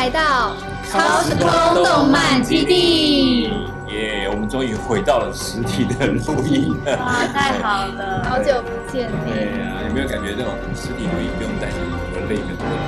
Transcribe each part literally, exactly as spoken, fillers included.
来到超时空动漫基地。 耶、yeah, 我们终于回到了实体的录音了， 哇，太好了！ 好久不见。 对啊，有没有感觉这种实体录音不用担心我累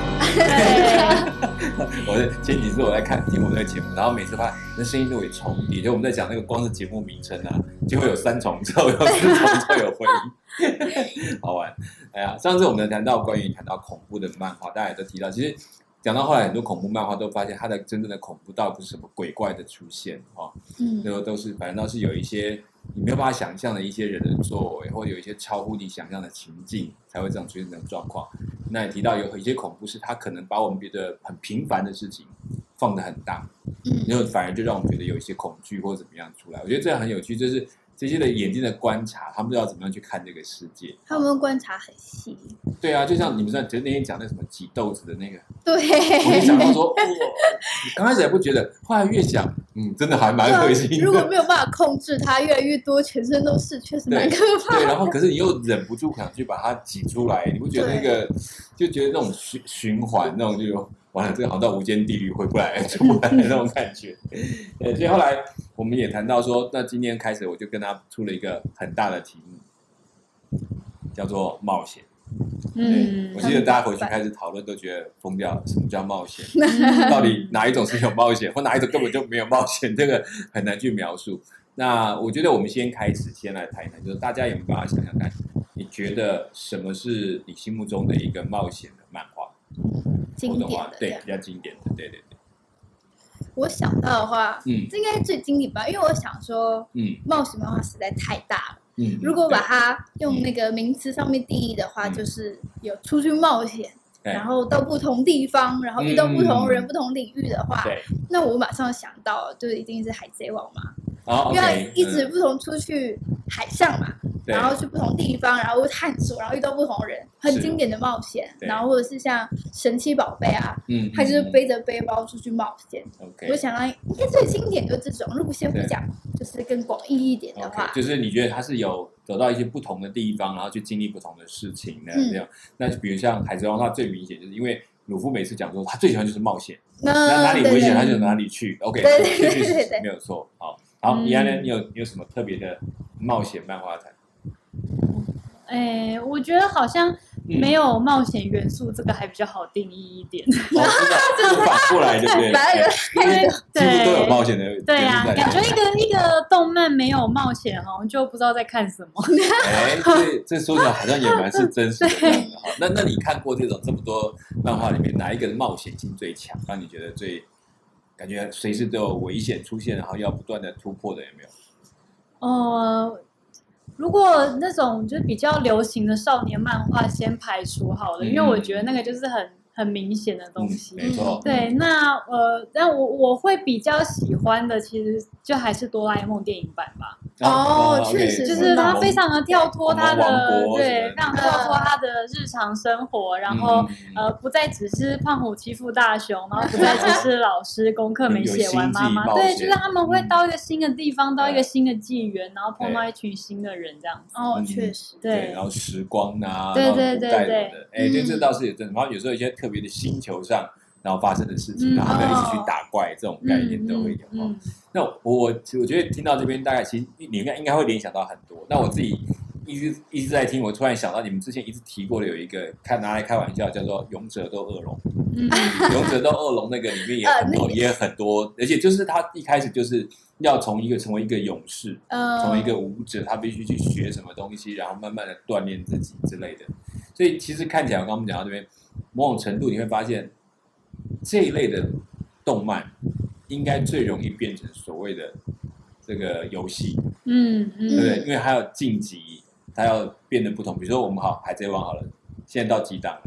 很多？我的前几次我在看听我们的节目，然后每次发现那声音都会重叠，就我们在讲那个光是节目名称啊，就会有三重奏，有四重奏，有回音，好玩。哎呀，上次我们谈到关于谈到恐怖的漫画，大家也都提到，其实。讲到后来，很多恐怖漫画都发现，它的真正的恐怖倒不是什么鬼怪的出现，哦，嗯，都都是反正都是有一些你没有办法想象的一些人的作为，或者有一些超乎你想象的情境，才会这样出现这种状况。那也提到有一些恐怖是它可能把我们觉得很平凡的事情放得很大，嗯，然后反而就让我们觉得有一些恐惧或者怎么样出来。我觉得这很有趣，就是这些的眼睛的观察，他们知道怎么样去看这个世界。 他们观察很细。对啊，就像你们知道，就那天讲那什么挤豆子的那个， 对， 我就想到说，刚开始还不觉得，后来越想，嗯，真的还蛮恶心的。 如果没有办法控制它越来越多，全身都是，确实蛮可怕的。 对，然后可是你又忍不住想去把它挤出来，你不觉得那个就觉得那种循循环，那种就完了，这个好像到无间地狱回不来、出不来的那种感觉。呃，所以后来我们也谈到说，那今天开始我就跟他出了一个很大的题目，叫做冒险。嗯，我记得大家回去开始讨论，都觉得疯掉了。什么叫冒险？到底哪一种是有冒险，或哪一种根本就没有冒险？这个很难去描述。那我觉得我们先开始，先来谈一谈，就是大家有没有办法想想看，你觉得什么是你心目中的一个冒险的漫画？ 经典的， 对，比较经典的，对对对。 我想到的话，嗯，这应该是最经典吧，因为我想说，嗯，冒险漫画实在太大了。嗯，如果把它用那个名词上面定义的话，嗯、就是有出去冒险，然后到不同地方，然后遇到不同人、嗯、不同领域的话，那我马上想到就一定是海贼王嘛，哦、因为一直不同出去海上嘛。然后去不同地方，然后探索，然后遇到不同人，很经典的冒险。然后或者是像神奇宝贝啊，嗯，他就是背着背包出去冒险。Okay. 我想到应该最经典就是这种。如果先不讲，就是更广义一点的话， okay. 就是你觉得他是有走到一些不同的地方，然后去经历不同的事情的这样。嗯、那比如像海贼王，他最明显就是因为鲁夫每次讲说他最喜欢就是冒险，那哪里危险他就哪里去。OK， 对对对对对， 没有错。好，好，宜安呢，你有你有什么特别的冒险漫画才？ 哎，我觉得好像没有冒险元素，这个还比较好定义一点。 哦，真的，反过来对不对？因为几乎都有冒险的。 对呀、啊，感觉一个一个动漫没有冒险，好像就不知道在看什么。 哎，这这说起来好像也蛮是真实的这样的哈。那那你看过这种这么多漫画里面，哪一个冒险性最强，让你觉得最感觉随时都有危险出现，然后要不断的突破的，有没有？ 呃。如果那种就是比较流行的少年漫画先排除好了，嗯、因为我觉得那个就是很很明显的东西。 嗯、没错。 对，那呃，但我我会比较喜欢的，其实就还是哆啦 A 梦电影版吧。 哦，确实， 就是它非常的跳脱它的，对，非常跳脱它的日常生活，然后、嗯、呃，不再只是胖虎欺负大雄，然后不再只是老师功课没写完妈妈，对，就是他们会到一个新的地方，嗯、到一个新的纪元，然后碰到一群新的人这样子。 哦，确实， 对，然后时光啊， 对对对对， 哎，对，这倒是也真的。然后有时候一些特别的星球上。然后发生的事情，然后他们一起去打怪，这种概念都会有。嗯嗯、那我我我觉得听到这边，大概其实你应该应该会联想到很多。那我自己一直一直在听，我突然想到你们之前一直提过的有一个看拿来开玩笑，叫做《勇者斗恶龙》。嗯，《勇者斗恶龙》那个里面也很多，也很多，而且就是他一开始就是要从一个成为一个勇士，呃、从一个武者，他必须去学什么东西，然后慢慢的锻炼自己之类的。所以其实看起来，我刚刚讲到这边，某种程度你会发现。这一类的动漫应该最容易变成所谓的这个游戏，嗯嗯，对不对？因为还有晋级，它要变得不同。比如说我们好海贼王好了，现在到几档？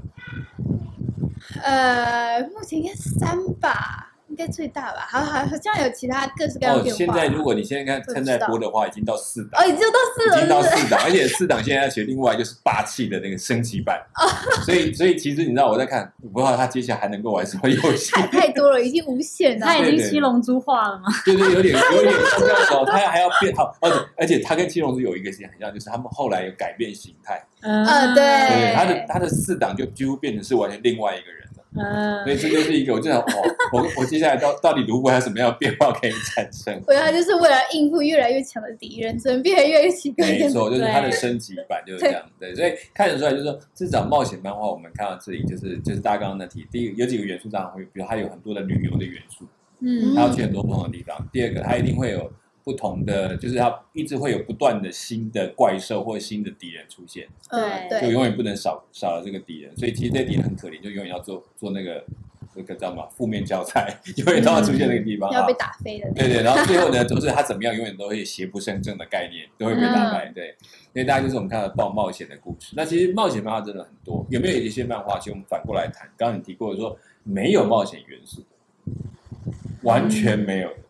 呃，目前应该三吧。应该最大吧，好好好像有其他各式各样的变化。 哦，现在如果你现在看正在播的话，已经到四档。 哦，已经到四了， 已经到四档，而且四档现在要学另外就是霸气的那个升级版。哦，所以所以其实你知道我在看，我不知道他接下来还能够玩什么游戏。 太太多了，已经无限了。 他已经七龙珠化了吗？ 对对，有点有点这样子哦，他还要变好，而且而且他跟七龙珠有一个很像，就是他们后来有改变形态。 嗯，对， 对，他的他的四档就几乎变成是完全另外一个人了。 嗯，所以这就是一个我就想，哦，我我接下来到到底卢布还有什么样的变化可以产生？ 对啊，就是为了应付越来越强的敌人，只能变得越来越奇怪。 没错，就是它的升级版就是这样。对，所以看得出来，就是说至少冒险漫画我们看到这里，就是就是大家刚刚的提，第一个有几个元素当然会，比如它有很多的旅游的元素，嗯，它要去很多不同的地方。第二个，它一定会有不同的，就是它一直会有不断的新的怪兽或新的敌人出现， 对， 就永远不能少少了这个敌人。所以其实这敌人很可怜，就永远要做做那个那个叫什么负面教材，永远都要出现那个地方， 要被打飞的。 对对，然后最后呢，都是他怎么样，永远都会邪不胜正的概念，都会被打败。对，因为大家就是我们看到冒冒险的故事。那其实冒险漫画真的很多，有没有一些漫画？其实我们反过来谈，刚刚你提过的说没有冒险元素的，完全没有。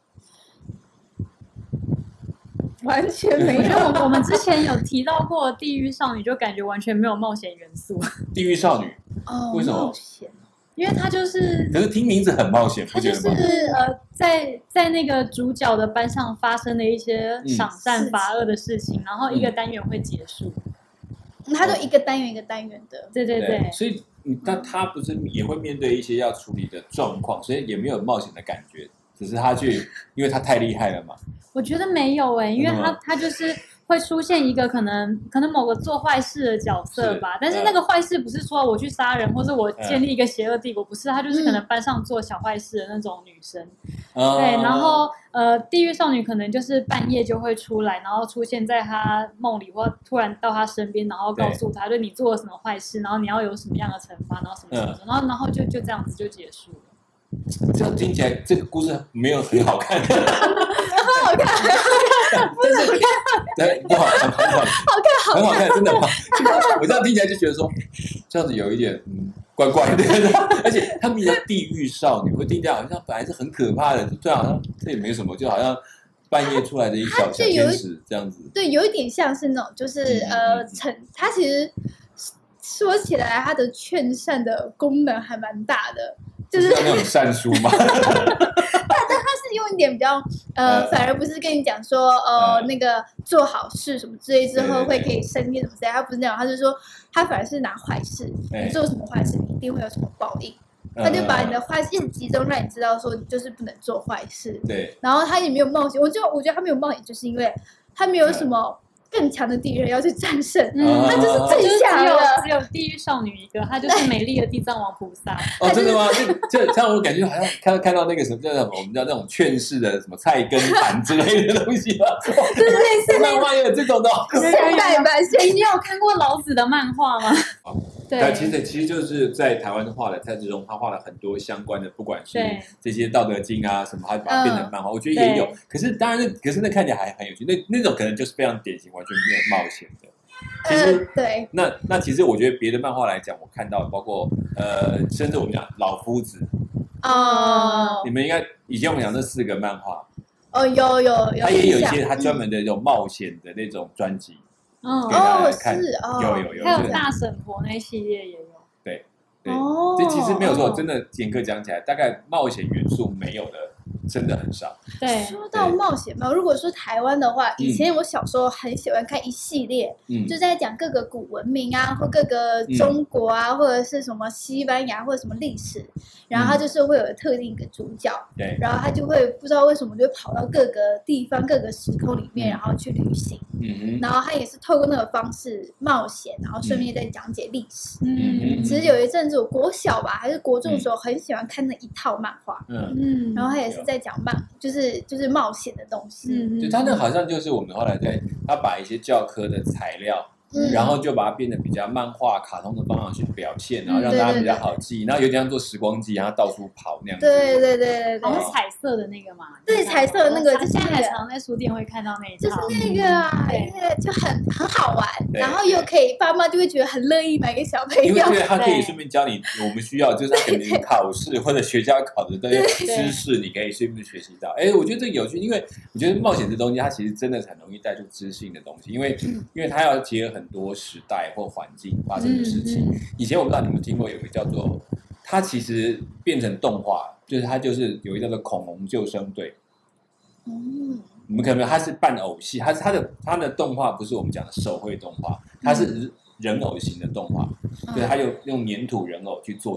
完全没有。 我们之前有提到过《地狱少女》，就感觉完全没有冒险元素。 地狱少女， 哦， 为什么？ 冒险， 因为它就是， 可是听名字很冒险， 它就是呃，在在那个主角的班上发生的一些赏善罚恶的事情，嗯、然后一个单元会结束。 嗯、它就一个单元一个单元的， 对对对。 对所以，但他不是也会面对一些要处理的状况，所以也没有冒险的感觉。只是他去，因为他太厉害了嘛。 我觉得没有哎、欸，因为他他就是会出现一个可能可能某个做坏事的角色吧，是但是那个坏事不是说我去杀人，或是我建立一个邪恶帝国，不是，他就是可能班上做小坏事的那种女生。嗯、对，然后呃，地狱少女可能就是半夜就会出来，然后出现在他梦里，或突然到他身边，然后告诉他，就你做了什么坏事，然后你要有什么样的惩罚，然后什么什么，嗯、然后然后就就这样子就结束了。 这样听起来，这个故事没有很好看， 很好看，不是对，不好看，很好看， 好看， 很好看，真的吗？我这样听起来就觉得说，这样子有一点嗯怪怪的，而且他们叫地狱少女，会听起来好像本来是很可怕的，对，好像这也没什么，就好像半夜出来的一小小天使这样子。 对，有一点像是那种，就是呃，成他其实说起来，他的劝善的功能还蛮大的。就是那种善书嘛，但他是用一点比较呃，反而不是跟你讲说呃那个做好事什么之类之后会可以升天什么之类，他不是那种，他是说他反而是拿坏事，你做什么坏事你一定会有什么报应，他就把你的坏事集中让你知道说你就是不能做坏事， 对， 然后他也没有冒险，我就我觉得他没有冒险，就是因为他没有什么更强的敌人要去战胜，嗯、他就是最强的， 只有地狱少女一个，她就是美丽的地藏王菩萨。 哦，真的吗？这这样我感觉好像看看到那个什么叫什么，我们叫那种劝世的什么菜根谭之类的东西吧。 对对对， 漫画也有这种的。 现代版， 你有看过老子的漫画吗？ 对，其实其实就是在台湾画的蔡志忠，他画了很多相关的，不管是这些《道德经》啊什么，他把它变成漫画，嗯、我觉得也有。可是当然，可是那看起来还很有趣，那那种可能就是非常典型，完全没有冒险的。其实， 呃、对， 那那其实我觉得别的漫画来讲，我看到包括呃，甚至我们讲老夫子哦， 你们应该以前我们讲这四个漫画哦，有有有， 他也有一些他专门的这种冒险的那种专辑。 哦， 给大家看， 是哦， 有有有， 还有大婶婆那系列也有， 对对，这其实没有错，真的严格讲起来，大概冒险元素没有的真的很少。 对， 说到冒险嘛，如果说台湾的话，以前我小时候很喜欢看一系列，嗯，就在讲各个古文明啊，或各个中国啊，嗯、或者是什么西班牙或者什么历史，然后他就是会有特定一个主角， 对、嗯， 然后他就会不知道为什么就会跑到各个地方、各个时空里面，然后去旅行，嗯然后他也是透过那个方式冒险，然后顺便再讲解历史。嗯，其实有一阵子我国小吧还是国中的时候，很喜欢看那一套漫画，嗯嗯，然后他也是在讲漫，就是就是冒险的东西。 嗯，对，他那好像就是我们后来在他把一些教科的材料。嗯、然后就把它变得比较漫画、卡通的方向去表现，然后让大家比较好记。嗯、然后有点像做时光机，然后到处跑那样子。 对对对对对， 好像彩色的那个嘛。 对，彩色的那个，就现在还常在书店会看到那一套。就是那个啊，那个就很很好玩，然后又可以爸妈就会觉得很乐意买给小朋友。 因为对他可以顺便教你，我们需要就是可能考试或者学校考的这些知识，你可以顺便学习到。哎，我觉得这个有趣，因为我觉得冒险这东西，它其实真的很容易带出知性的东西，因为因为它要结合很多时代。或环境发生的事情，嗯嗯、以前我不知道你们听过有一个叫做，它其实变成动画，就是它就是有一个叫做恐龙救生队。嗯，你们可能它是半偶戏，它它的它的动画不是我们讲的手绘动画，它是人偶型的动画，嗯、就是它用用粘土人偶去做的。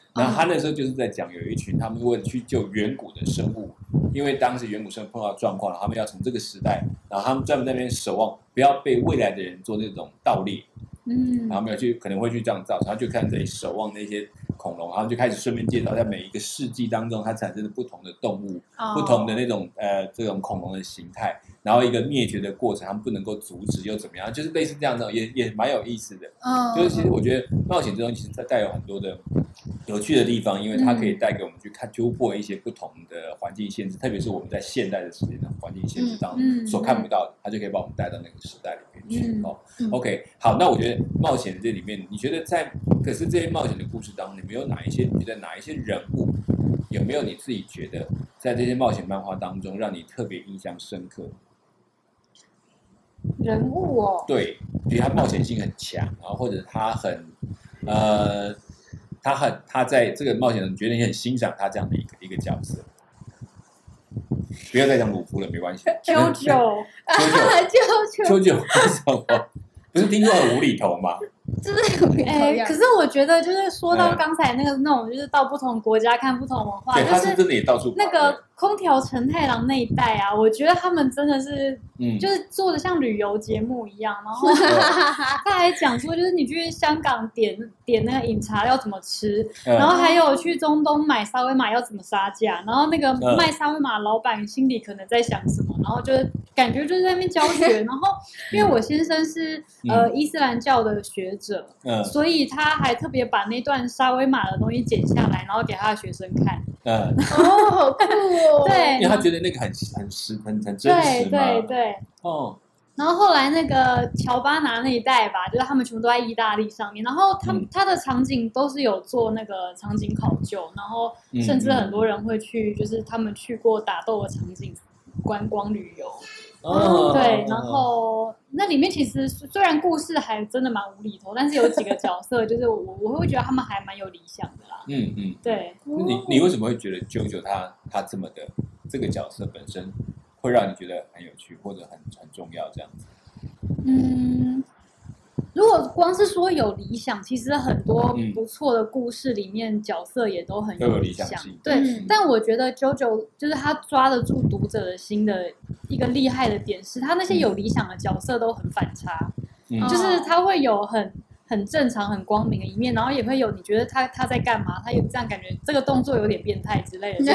然后他那时候就是在讲有一群他们为了去救远古的生物，因为当时远古生物碰到状况了，他们要从这个时代，然后他们专门在那边守望，不要被未来的人做那种盗猎。嗯，然后没有去，可能会去这样造，然后就看这里守望那些恐龙，然后就开始顺便介绍在每一个世纪当中它产生的不同的动物，哦、不同的那种呃这种恐龙的形态，然后一个灭绝的过程，他们不能够阻止又怎么样，就是类似这样的，也也蛮有意思的。嗯，就是其实我觉得冒险这东西其实带有很多的有趣的地方，因为它可以带给我们去看突破一些不同的环境限制，特别是我们在现代的时间的环境限制当中所看不到的，它就可以把我们带到那个时代里面去。嗯、哦、嗯、，OK， 好，那我觉得冒险这里面，你觉得在可是这些冒险的故事当中，你们有哪一些？你觉得哪一些人物有没有你自己觉得在这些冒险漫画当中让你特别印象深刻？ 人物哦， 对，觉得他冒险性很强，然后或者他很呃，他很他在这个冒险中，你觉得你很欣赏他这样的一个一个角色。不要再讲鲁夫了，没关系。 九九，九九，九九，为什么？不是听说很无厘头吗？ 就是哎、欸，可是我觉得就是说到刚才那个那种，就是到不同国家看不同文化， 对，他是真的也到处跑。 那个空条承太郎那一代啊，我觉得他们真的是，嗯，就是做的像旅游节目一样。然后他还讲说，就是你去香港点点那个饮茶要怎么吃，嗯、然后还有去中东买沙威玛要怎么杀价，然后那个卖沙威玛老板心里可能在想什么，然后就是感觉就是在那边教学。然后因为我先生是呃伊斯兰教的学者。嗯，所以他还特别把那段沙威玛的东西剪下来，然后给他的学生看。 嗯，哦，好酷哦！ 对， 因为他觉得那个很很实、很很真实嘛。 对对对。哦。然后后来那个乔巴拿那一代吧，就是他们全部都在意大利上面，然后他、嗯、他的场景都是有做那个场景考究，然后甚至很多人会去，就是他们去过打斗的场景观光旅游。哦，对，然后那里面其实虽然故事还真的蛮无厘头，但是有几个角色，就是我我会觉得他们还蛮有理想的啦。嗯嗯，对。 你你为什么会觉得啾啾他他这么的这个角色本身会让你觉得很有趣或者很很重要这样子？嗯。 如果光是说有理想，其实很多不错的故事里面角色也都很有理想。 嗯、 对、嗯，但我觉得JoJo就是他抓得住读者的心的一个厉害的点是，他那些有理想的角色都很反差，嗯、就是他会有很很正常、很光明的一面，然后也会有你觉得他他在干嘛，他有这样感觉这个动作有点变态之类的。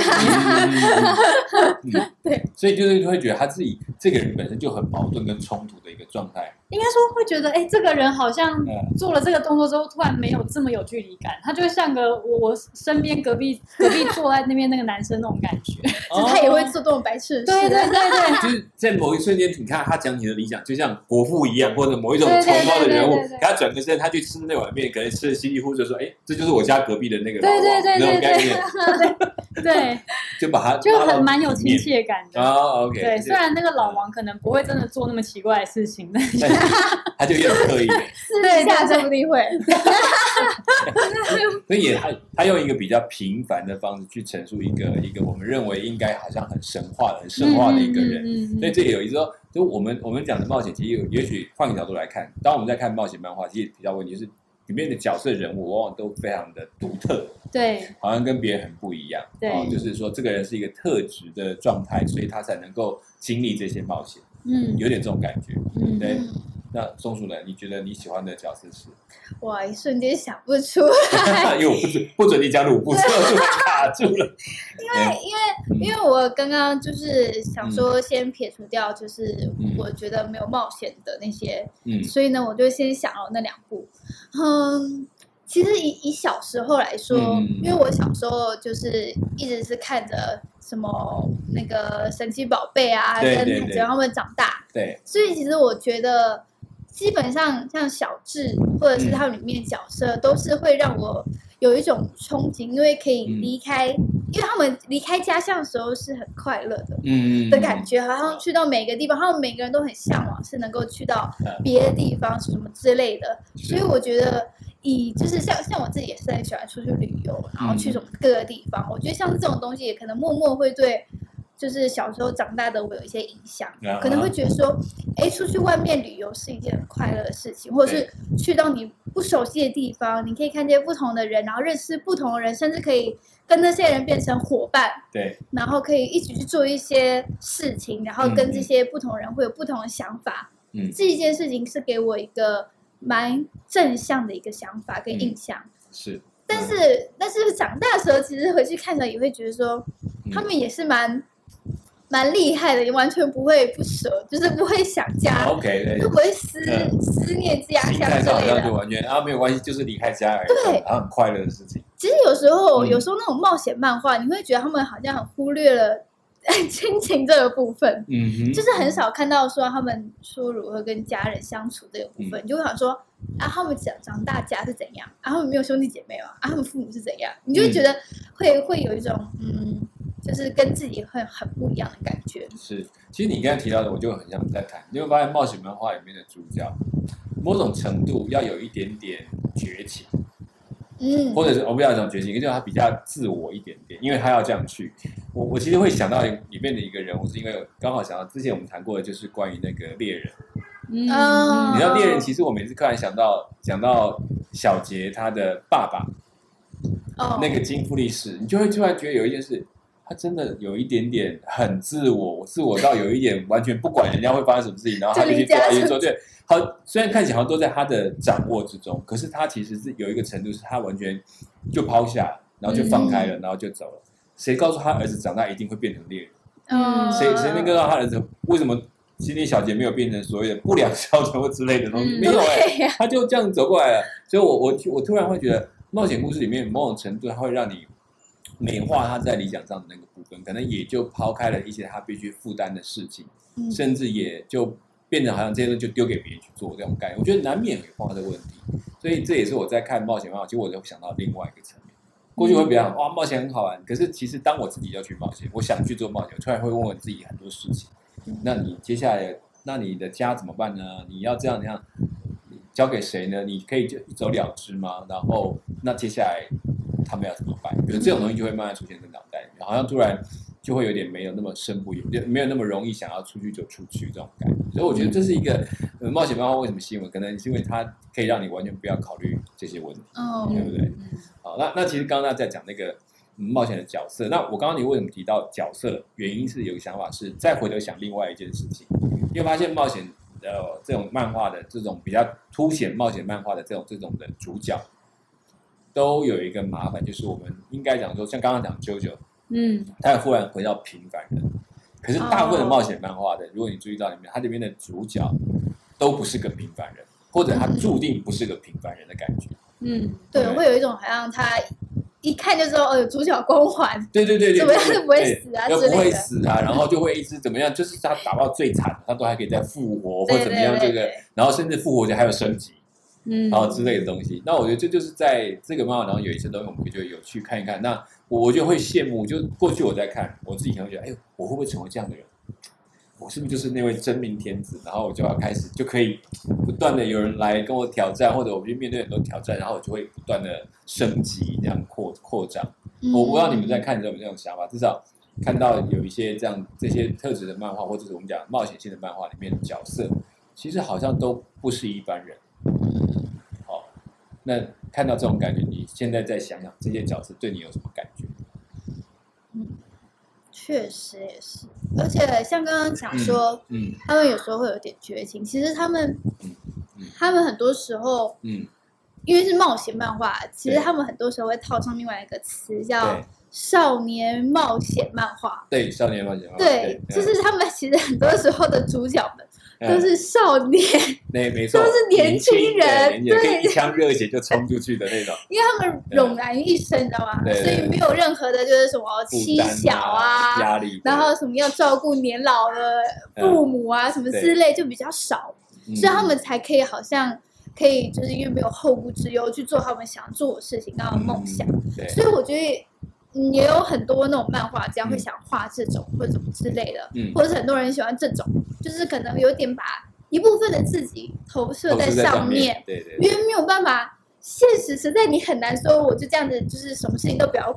对，所以就是会觉得他自己这个人本身就很矛盾跟冲突的一个状态。 应该说会觉得，哎，这个人好像做了这个动作之后，突然没有这么有距离感，他就像个我我身边隔壁隔壁坐在那边那个男生那种感觉， 就他也会做这种白痴的事。对对对对， 就是在某一瞬间，你看他讲你的理想，就像国父一样，或者某一种崇高的人物，给他转个身，他去吃那碗面，可能吃的稀里糊涂，就说，哎，这就是我家隔壁的那个老王， 对对对那种概念。 对， 就把他就很蛮有亲切感的。 哦 OK， 对，虽然那个老王可能不会真的做那么奇怪的事情，但是他就有点刻意。 对，下说不定会。 所以也他他用一个比较平凡的方式去陈述一个一个我们认为应该好像很神话的、很神话的一个人。嗯嗯嗯、所以这也有意思说，就我们我们讲的冒险，其实有也许换个角度来看，当我们在看冒险漫画，其实比较问题是。里面的角色人物往往都非常的独特， 对， 好像跟别人很不一样， 对、 哦，就是说这个人是一个特质的状态，所以他才能够经历这些冒险，嗯，有点这种感觉，嗯，对。那松鼠呢？你觉得你喜欢的角色是？ 哇，一瞬间想不出来， 因为我不准不准你讲鲁夫，所以我就卡住了。 因为因为、嗯、因为我刚刚就是想说，先撇除掉就是我觉得没有冒险的那些，嗯，所以呢，我就先想了那两部。嗯，其实以以小时候来说，嗯、因为我小时候就是一直是看着什么那个神奇宝贝啊，跟海贼王他们长大， 对， 所以其实我觉得。基本上像小智或者是他们里面的角色，都是会让我有一种憧憬，因为可以离开，嗯、因为他们离开家乡的时候是很快乐的，嗯的感觉，好像去到每个地方，他们每个人都很向往，是能够去到别的地方什么之类的。所以我觉得，以就是像像我自己也是很喜欢出去旅游，然后去什么各个地方。我觉得像这种东西，也可能默默会对就是小时候长大的我有一些影响，uh-huh. 可能会觉得说，哎，出去外面旅游是一件很快乐的事情，或者是去到你不熟悉的地方，你可以看见不同的人，然后认识不同的人，甚至可以跟那些人变成伙伴， 对， 然后可以一起去做一些事情，然后跟这些不同人会有不同的想法。嗯，这一件事情是给我一个蛮正向的一个想法跟印象。嗯、 是。 但是、嗯、但是长大的时候，其实回去看着也会觉得说，嗯、他们也是蛮蛮厉害的，也完全不会不舍，就是不会想家 ，OK， 对， 就不会思、嗯、思念家乡之类的， 就完全啊没有关系，就是离开家而已， 对， 然后很快乐的事情。 其实有时候、嗯、有时候那种冒险漫画，你会觉得他们好像很忽略了亲情这个部分， 嗯哼， 就是很少看到说他们说如何跟家人相处这个部分，嗯、你就会想说啊，他们长长大家是怎样？啊，他们没有兄弟姐妹吗？啊，他们父母是怎样？你就会觉得会、嗯、会有一种嗯，就是跟自己会很不一样的感觉。 是，其实你刚才提到的，我就很想再谈。你会发现冒险漫画里面的主角，某种程度要有一点点绝情。嗯，或者是我不要讲绝情，就是他比较自我一点点，因为他要这样去。我我其实会想到里面的一个人物，是因为刚好想到之前我们谈过的，就是关于那个猎人。嗯，你知道猎人，其实我每次看想到讲到小杰他的爸爸，哦，那个金富力士，你就会突然觉得有一件事，他真的有一点点很自我，自我到有一点完全不管人家会发生什么事情，然后他就去做他去做，对。好，虽然看起来好像都在他的掌握之中，可是他其实是有一个程度，是他完全就抛下，然后就放开了，嗯、然后就走了。谁告诉他儿子长大一定会变成猎人？嗯，谁谁能告诉他儿子为什么今天小杰没有变成所谓的不良校长或之类的东西？嗯、没有哎、欸，他就这样走过来了。所以我我我突然会觉得，冒险故事里面某种程度，它会让你美化他在理想上的那个部分，可能也就抛开了一些他必须负担的事情，嗯、甚至也就。变得好像这些东西就丢给别人去做这种概念，我觉得难免会碰到这个问题，所以这也是我在看冒险漫画，其实我就想到另外一个层面。过去会比较哇冒险很好玩，可是其实当我自己要去冒险，我想去做冒险，我突然会问我自己很多事情。那你接下来，那你的家怎么办呢？你要这样这样交给谁呢？你可以就一走了之吗？然后那接下来他们要怎么办？比如这种东西就会慢慢出现在脑袋里面，好像突然。就会有点没有那么深不远，没有那么容易想要出去就出去这种感觉，所以我觉得这是一个、呃、冒险漫画为什么吸引我，可能是因为它可以让你完全不要考虑这些问题，哦、对不对？好，那那其实刚刚在讲那个、嗯、冒险的角色，那我刚刚你为什么提到角色？原因是有个想法是再回头想另外一件事情，因为发现冒险呃这种漫画的这种比较凸显冒险漫画的这种这种的主角，都有一个麻烦，就是我们应该讲说，像刚刚讲啾啾。嗯，他也忽然回到平凡人，可是大部分的冒险漫画的， oh. 如果你注意到里面，它里面的主角都不是个平凡人，或者他注定不是个平凡人的感觉。嗯， 对，会有一种好像他一看就知道哦，有主角光环。 对对对对， 怎么样是不会死啊之类的， 不会死啊，然后就会一直怎么样，就是他打到最惨，他都还可以再复活或怎么样，这个，然后甚至复活就还有升级。嗯，然后之类的东西，那我觉得这就是在这个漫画，然后有一些东西我们就有去看一看。那我就会羡慕，就过去我在看，我自己可能会觉得，哎，我会不会成为这样的人？我是不是就是那位真命天子？然后我就要开始就可以不断的有人来跟我挑战，或者我去面对很多挑战，然后我就会不断的升级，这样扩扩张。嗯、我不知道你们在看这种这种想法，至少看到有一些这样这些特质的漫画，或者是我们讲冒险性的漫画里面的角色，其实好像都不是一般人。好，那看到这种感觉，你现在再想想这些角色对你有什么感觉？ 嗯，确实也是，而且像刚刚讲说，嗯，嗯他们有时候会有点绝情。其实他们，嗯嗯、他们很多时候，嗯，因为是冒险漫画，其实他们很多时候会套上另外一个词叫少年冒险漫画。 对，少年冒险漫画。 对，对就是他们其实很多时候的主角们。都是少年， 对，没错， 都是年轻人， 对，可以一腔热血就冲出去的那种。 因为他们勇然一生，你知道吗？所以没有任何的，就是什么妻小啊， 压力， 然后什么要照顾年老的父母啊，什么之类就比较少，所以他们才可以好像可以，就是因为没有后顾之忧去做他们想做的事情，然后梦想。所以我觉得。嗯，也有很多那种漫画家会想画这种、嗯、或者什么之类的，嗯、或者是很多人喜欢这种，就是可能有点把一部分的自己投射在上面， 对对对， 因为没有办法，现实实在你很难说我就这样子，就是什么事情都不要管，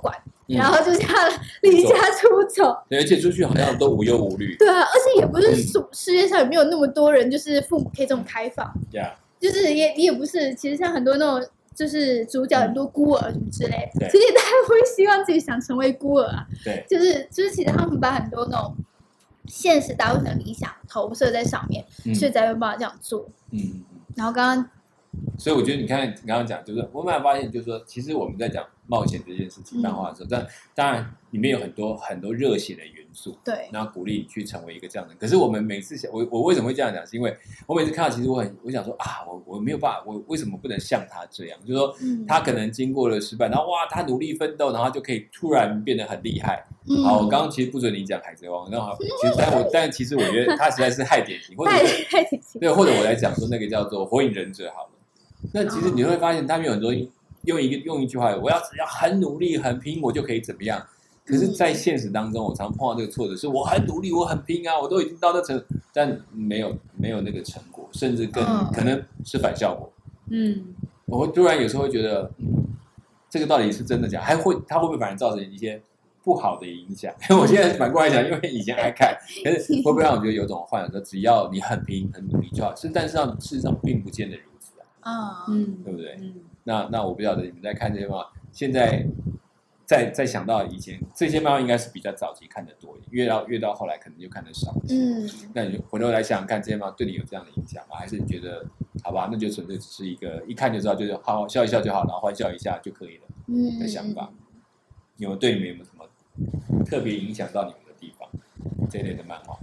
然后就这样离家出走。 对，而且出去好像都无忧无虑。 对啊，而且也不是世界上也没有那么多人，就是父母可以这么开放。 对啊， 就是也也不是，其实像很多那种。就是主角很多孤儿什么之类，其实大家会希望自己想成为孤儿啊。 对， 就是就是其实他们把很多那种现实大部分理想投射在上面，嗯、所以才会办法这样做。嗯，然后刚刚， 所以我觉得你看你刚刚讲，就是我慢慢发现，就是说，其实我们在讲冒险这件事情漫画的时候，但、嗯、当然里面有很多很多热血的元素， 对， 然后鼓励你去成为一个这样的人。可是我们每次想，我我为什么会这样讲？是因为我每次看到，其实我很我想说啊，我我没有办法，我为什么不能像他这样？就是说，嗯、他可能经过了失败，然后哇，他努力奋斗，然后他就可以突然变得很厉害。嗯、好，我刚刚其实不准你讲海贼王，然后其实但我但其实我觉得他实在是太典型，或者太典型， 对，或者我来讲说那个叫做火影忍者好了。那其实你会发现，他们有很多用一个用一句话，我要只要很努力、很拼，我就可以怎么样。可是，在现实当中，我常碰到这个挫折，是我很努力，我很拼啊，我都已经到那程度，但没有没有那个成果，甚至更可能是反效果。嗯，我会突然有时候会觉得，嗯，这个到底是真的假的？还会它会不会反而造成一些不好的影响？我现在反过来讲，因为以前爱看，可是会不会让我觉得有种幻想说，只要你很拼、很努力就好？是，但是上事实上并不见得如此啊。啊，嗯，对不对？嗯，那那我不晓得你们在看这些吗？现在。再再想到以前这些漫画应该是比较早期看的多一点，越到越到后来可能就看得少。嗯，那你回头来想想看，这些漫画对你有这样的影响吗？还是你觉得好吧，那就纯粹只是一个一看就知道，就是好好笑一笑就好，然后欢笑一下就可以了的想法？有没有对你们有没有什么特别影响到你们的地方？这一类的漫画？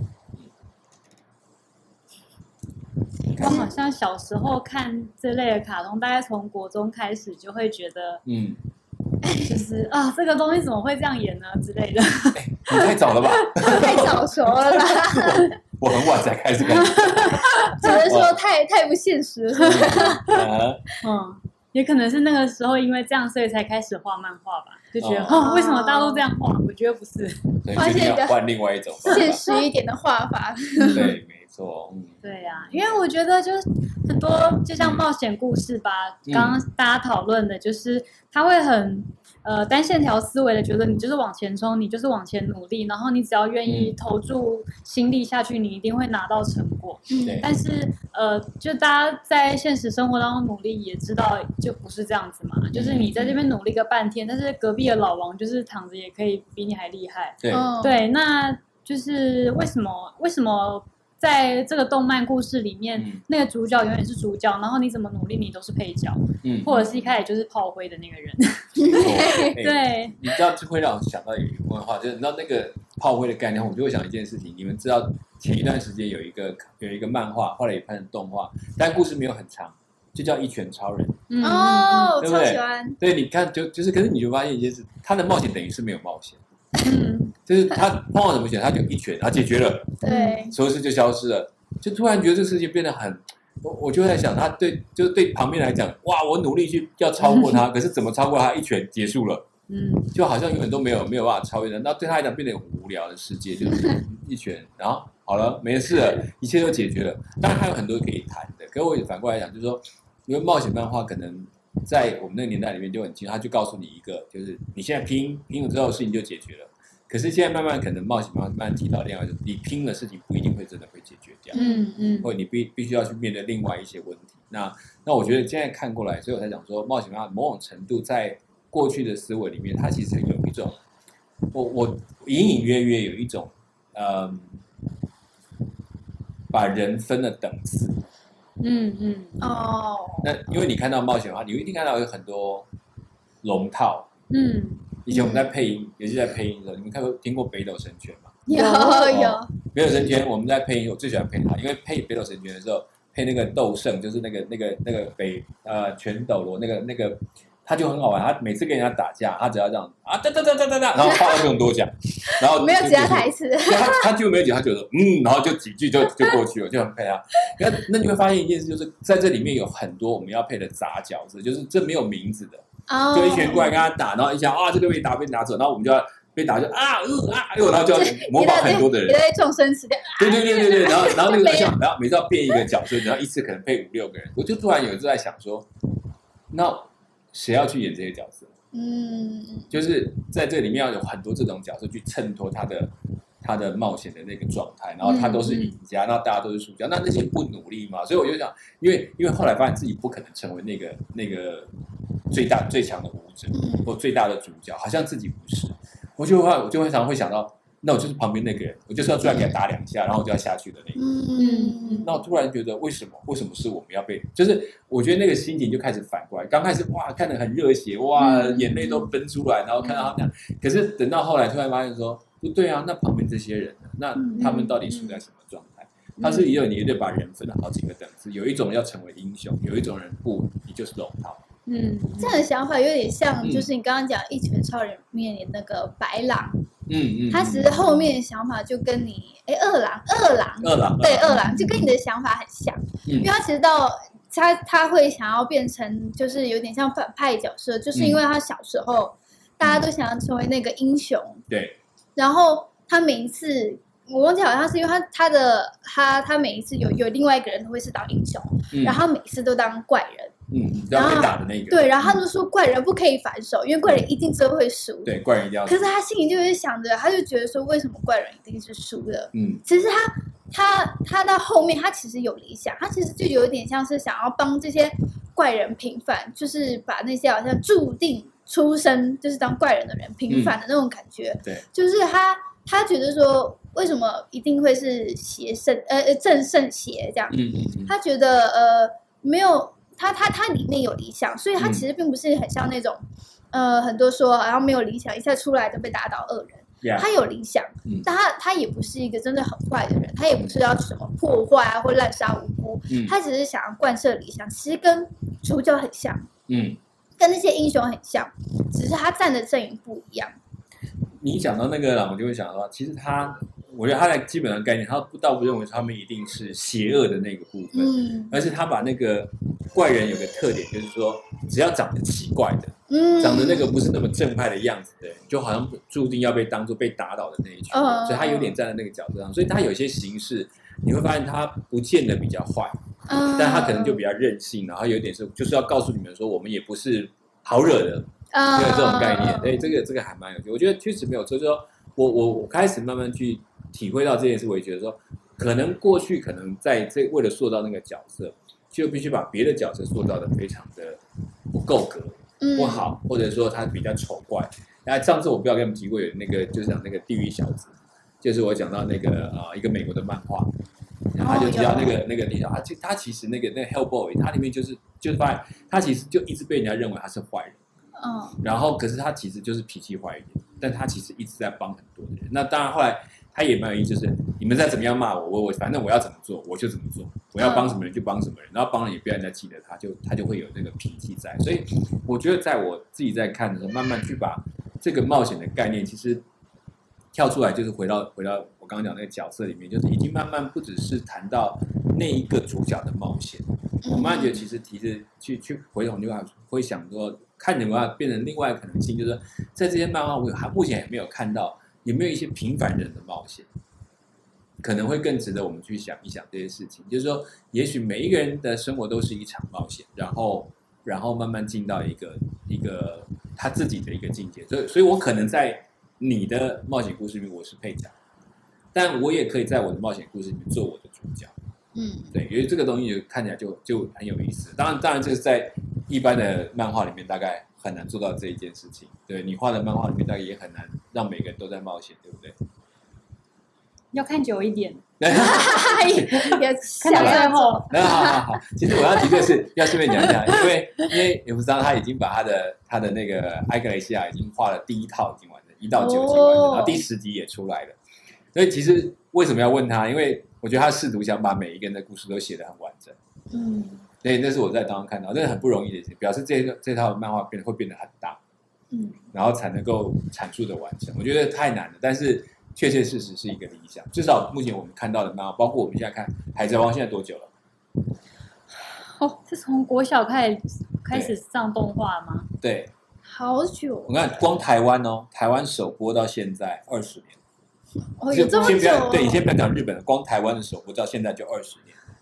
我好像小时候看这类的卡通，大概从国中开始就会觉得，嗯。就是啊，这个东西怎么会这样演呢之类的？ 欸、你太早了吧？ 太早熟了啦！ 我很晚才开始看， 只能说太太不现实了。 嗯，也可能是那个时候因为这样，所以才开始画漫画吧，就觉得哦，为什么大家都这样画？我觉得不是， 发现要换另外一种现实一点的画法。 对。错，嗯， 对呀、啊，因为我觉得就是很多，就像冒险故事吧，刚刚大家讨论的，就是他会很呃单线条思维的，觉得你就是往前冲，你就是往前努力，然后你只要愿意投注心力下去，你一定会拿到成果。嗯，但是呃，就大家在现实生活当中努力，也知道就不是这样子嘛，就是你在这边努力个半天，但是隔壁的老王就是躺着也可以比你还厉害。 对， 对，那就是为什么？为什么？在这个动漫故事里面，嗯、那个主角永远是主角，然后你怎么努力，你都是配角，嗯，或者是一开始就是炮灰的那个人。 哦、 对， 你知道这会让我想到一个文化，就是你知道那个炮灰的概念，我就会想一件事情。你们知道前一段时间有一个有一个漫画，后来也拍成动画，但故事没有很长，就叫《一拳超人》。 嗯、哦， 对不对？ 超喜欢。 对，你看就就是，可是你就发现一件事，他的冒险等于是没有冒险。嗯，就是他碰到什么险，他就一拳，他解决了， 对， 所有事就消失了，就突然觉得这个世界变得很，我我就在想，他对，就是对旁边来讲，哇，我努力去要超过他，可是怎么超过他？一拳结束了，嗯，就好像永远都没有没有办法超越的，那对他来讲变得很无聊的世界，就是一拳，然后好了，没事了，一切都解决了。当然还有很多可以谈的，可是我反过来讲，就是说，因为冒险漫画可能。在我们那个年代里面就很清楚，他就告诉你一个，就是你现在拼拼了之后，事情就解决了。可是现在慢慢可能冒险慢慢提到另外一个，你拼的事情不一定会真的会解决掉，嗯嗯，或者你必必须要去面对另外一些问题。那那我觉得现在看过来，所以我才讲说，冒险漫画某种程度在过去的思维里面，它其实有一种，我我隐隐约约有一种，嗯，把人分了等次。 嗯嗯哦， 那因为你看到冒险的话，你一定看到有很多龙套。嗯，以前我们在配音，也是在配音的时候，你们看过听过北斗神拳吗？ 有有、 哦。北斗神拳我们在配音，我最喜欢配它，因为配北斗神拳的时候，配那个斗圣，就是那个那个那个北呃全斗罗那个那个。他就很好玩，他每次跟人家打架，他只要这样啊哒哒哒哒哒哒，然后话就很多讲，然后没有其他台词， 他他就没有讲，他觉得嗯，然后就几句就就过去了，就很配啊。那那你会发现一件事，就是在这里面有很多我们要配的杂角色，就是这没有名字的，哦、就一拳过来跟他打，然后一下啊这个被打被拿走，然后我们就要被打就啊呃啊，然后就要模仿很多的人， 一堆众生死掉， 对对对对对，然后然后那个像然后每次要变一个角色，然后一次可能配五六个人，我就突然有一次在想说，那。谁要去演这些角色？ 嗯， 就是在这里面要有很多这种角色去衬托他的他的冒险的那个状态，然后他都是赢家，那、嗯、大家都是输家，那那些不努力嘛？所以我就想，因为因为后来发现自己不可能成为那个那个最大最强的舞者或最大的主角，好像自己不是，我就会我就会常会想到。那我就是旁边那个人，我就是要出来给他打两下，然后我就要下去的那个。嗯，那我突然觉得，为什么？为什么是我们要被？就是我觉得那个心情就开始反过来。刚开始哇，看得很热血，哇，眼泪都奔出来，然后看到他那样。可是等到后来，突然发现说，不对啊，那旁边这些人，那他们到底处在什么状态？他是也有你得把人分了好几个等次，有一种要成为英雄，有一种人不，你就是龙套。 嗯，这样的想法有点像，就是你刚刚讲《一拳超人》里面的那个白狼。嗯嗯，他其实后面的想法就跟你，哎，二郎，二郎， 二郎， 对，二郎就跟你的想法很像，嗯、因为他其实到他他会想要变成就是有点像反派角色，就是因为他小时候、嗯、大家都想要成为那个英雄， 对， 然后他每一次我忘记好像是因为他他的他他每一次有有另外一个人会是当英雄，嗯、然后他每次都当怪人。 嗯，然后被打的那个对，然后他就说怪人不可以反手，因为怪人一定最后会输。 对，怪人一定要。 可是他心里就会想着，他就觉得说，为什么怪人一定是输的？嗯，其实他他他到后面，他其实有理想，他其实就有点像是想要帮这些怪人平反，就是把那些好像注定出生就是当怪人的人平反的那种感觉。 嗯、对， 就是他他觉得说，为什么一定会是邪胜呃正胜邪这样？嗯嗯嗯，他觉得呃没有。他他他里面有理想，所以他其实并不是很像那种，嗯、呃，很多说好像没有理想，一下出来就被打倒恶人。Yeah. 他有理想，嗯、但他他也不是一个真的很坏的人，他也不是要什么破坏啊或滥杀无辜，嗯、他只是想要贯彻理想，其实跟主角很像，嗯，跟那些英雄很像，只是他站的阵营不一样。 你讲到那个啦，我就会想到，其实他。我觉得他的基本的概念，他倒不认为他们一定是邪恶的那个部分，嗯、而是他把那个怪人有个特点，就是说只要长得奇怪的，嗯、长得那个不是那么正派的样子的，就好像注定要被当作被打倒的那一群，哦、所以他有点站在那个角色上，所以他有些形式你会发现他不见得比较坏，哦、但他可能就比较任性，然后有点是就是要告诉你们说我们也不是好惹的，哦、有这种概念，哎，这个这个还蛮有趣，我觉得确实没有错，就是说我我我开始慢慢去。体会到这件事，我也觉得说，可能过去可能在这为了塑造那个角色，就必须把别的角色塑造的非常的不够格、嗯、不好，或者说他比较丑怪。那上次我不知道跟你们提过有那个，就是讲那个地狱小子，就是我讲到那个啊、呃、一个美国的漫画，然后他就提到那个、哦、那个地狱小子，他其实那个那个 Hellboy， 他里面就是就是发现他其实就一直被人家认为他是坏人。嗯，然后可是他其实就是脾气坏一点，但他其实一直在帮很多的人。那当然后来。他也蛮有意思，就是你们再怎么样骂我，我我反正我要怎么做我就怎么做，我要帮什么人就帮什么人，然后帮人也不要人家记得他，就他就会有那个脾气在。所以我觉得在我自己在看的时候，慢慢去把这个冒险的概念，其实跳出来，就是回到回到我刚刚讲那个角色里面，就是已经慢慢不只是谈到那一个主角的冒险，我慢慢觉得其实其实去去回头另外会想说，看有没有变成另外可能性，就是在这些漫画我还目前也没有看到。有没有一些平凡人的冒险，可能会更值得我们去想一想这些事情？就是说，也许每一个人的生活都是一场冒险，然后，然后慢慢进到一个一个他自己的一个境界。所以，所以我可能在你的冒险故事里面我是配角，但我也可以在我的冒险故事里面做我的主角。嗯，对，因为这个东西看起来就就很有意思。当然，当然这个在一般的漫画里面大概很难做到这一件事情。对，你画的漫画里面大概也很难让每个人都在冒险，对不对？ 要看久一点， 也看到最后。 好好好，其实我要提的是要顺便讲一下，因为因为也不知道他已经把他的他的那个艾格雷西亚已经画了第一套已经完成，一到九集完成，然后第十集也出来了。所以其实为什么要问他？因为我觉得他试图想把每一个人的故事都写得很完整。嗯。所以那是我在当中看到，这是很不容易的事情，表示这个这套漫画变得会变得很大，嗯，然后才能够阐述的完成。我觉得太难了，但是确切事实是一个理想。至少目前我们看到的漫画，包括我们现在看《海贼王》，现在多久了？ 哦，是从国小开始开始上动画吗？ 对， 好久。 我看光台湾哦，台湾首播到现在二十年。 哦，有这么久、哦？ 对，你先不要讲日本，光台湾的首播到现在就二十年。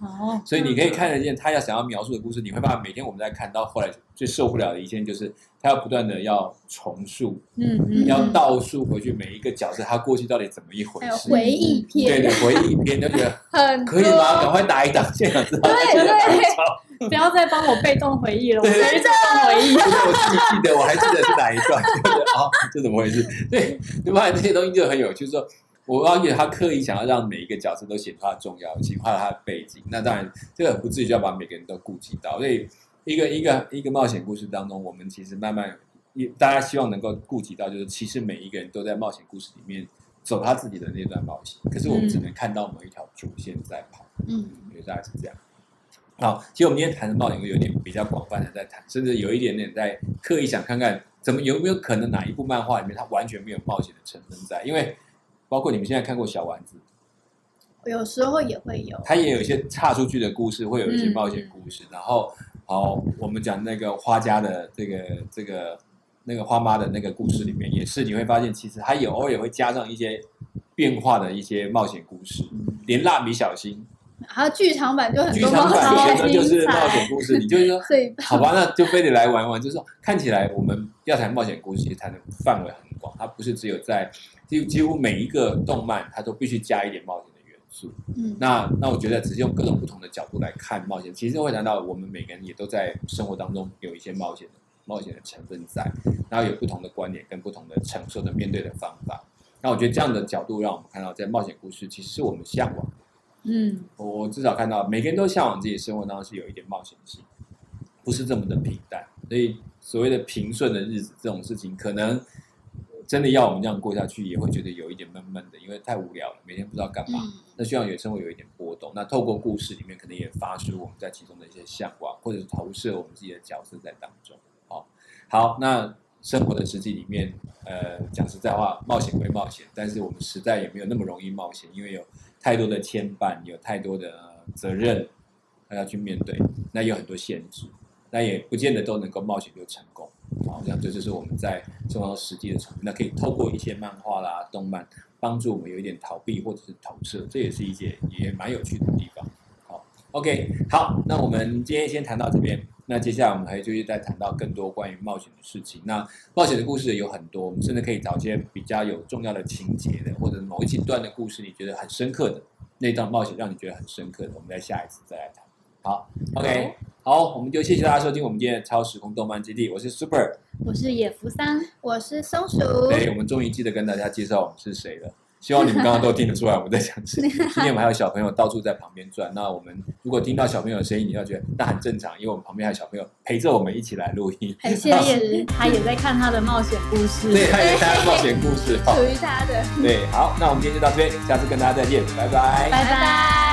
哦， 所以你可以看得见他要想要描述的故事，你会发现每天我们在看到后来最受不了的一件就是他要不断的要重述，嗯嗯，要倒述回去每一个角色他过去到底怎么一回事，还有回忆篇， 对对，回忆篇就觉得很可以吗？赶快打一打，现场知道对对，不要再帮我被动回忆了，我直接主动回忆。 我自己记得，我还记得是哪一段，哦，这怎么回事？对，就发现这些东西就很有趣，就是说。我要觉得他刻意想要让每一个角色都显出他的重要性，画他的背景。那当然，这个不至于就要把每个人都顾及到。所以，一个一个一个冒险故事当中，我们其实慢慢，大家希望能够顾及到，就是其实每一个人都在冒险故事里面走他自己的那段冒险，可是我们只能看到某一条主线在跑。嗯，我觉得大概是这样。好，其实我们今天谈的冒险有点比较广泛的在谈，甚至有一点点在刻意想看看，怎么有没有可能哪一部漫画里面它完全没有冒险的成分在，因为。包括你们现在看过小丸子， 有时候也会有， 它也有一些岔出去的故事，会有一些冒险故事。嗯、然后，好，我们讲那个花家的这个这个那个花妈的那个故事里面，也是你会发现，其实它有偶尔也会加上一些变化的一些冒险故事，嗯、连蜡笔小新。 还有剧场版就很多冒险，真的就是冒险故事。你就是说，好吧，那就非得来玩玩。就是说，看起来我们要谈冒险故事，谈的范围很广，它不是只有在。几乎每一个动漫，它都必须加一点冒险的元素。嗯，那那我觉得，只是用各种不同的角度来看冒险，其实会谈到我们每个人也都在生活当中有一些冒险的冒险的成分在，然后有不同的观点跟不同的承受的面对的方法。那我觉得这样的角度，让我们看到，在冒险故事其实是我们向往的。嗯，我至少看到每个人都向往自己生活当中是有一点冒险性，不是这么的平淡。所以所谓的平顺的日子这种事情，可能。真的要我们这样过下去，也会觉得有一点闷闷的，因为太无聊了，每天不知道干嘛。嗯、那希望有生活有一点波动。那透过故事里面，可能也发出我们在其中的一些向往，或者是投射我们自己的角色在当中。好，好，那生活的实际里面，呃，讲实在话，冒险归冒险，但是我们实在也没有那么容易冒险，因为有太多的牵绊，有太多的、呃、责任要去面对，那有很多限制，那也不见得都能够冒险就成功。好像这就是我们在生活中实际的层面，那可以透过一些漫画啦、动漫，帮助我们有一点逃避或者是投射，这也是一些也蛮有趣的地方。好 ，OK， 好，那我们今天先谈到这边，那接下来我们还继续再谈到更多关于冒险的事情。那冒险的故事有很多，我们甚至可以找一些比较有重要的情节的，或者某一几段的故事你觉得很深刻的那段冒险，让你觉得很深刻的，我们在下一次再来谈。好 ，OK。好，我们就谢谢大家收听我们今天的超时空动漫基地。我是 Super， 我是野福桑， 我是松鼠。 对，我们终于记得跟大家介绍我们是谁了。希望你们刚刚都听得出来我们在讲谁。今天我们还有小朋友到处在旁边转，那我们如果听到小朋友的声音，你要觉得那很正常，因为我们旁边还有小朋友陪着我们一起来录音。 很谢谢，他也在看他的冒险故事。 对，他也在看冒险故事， 属于他的。 对，好，那我们今天就到这边，下次跟大家再见，拜拜， 拜拜。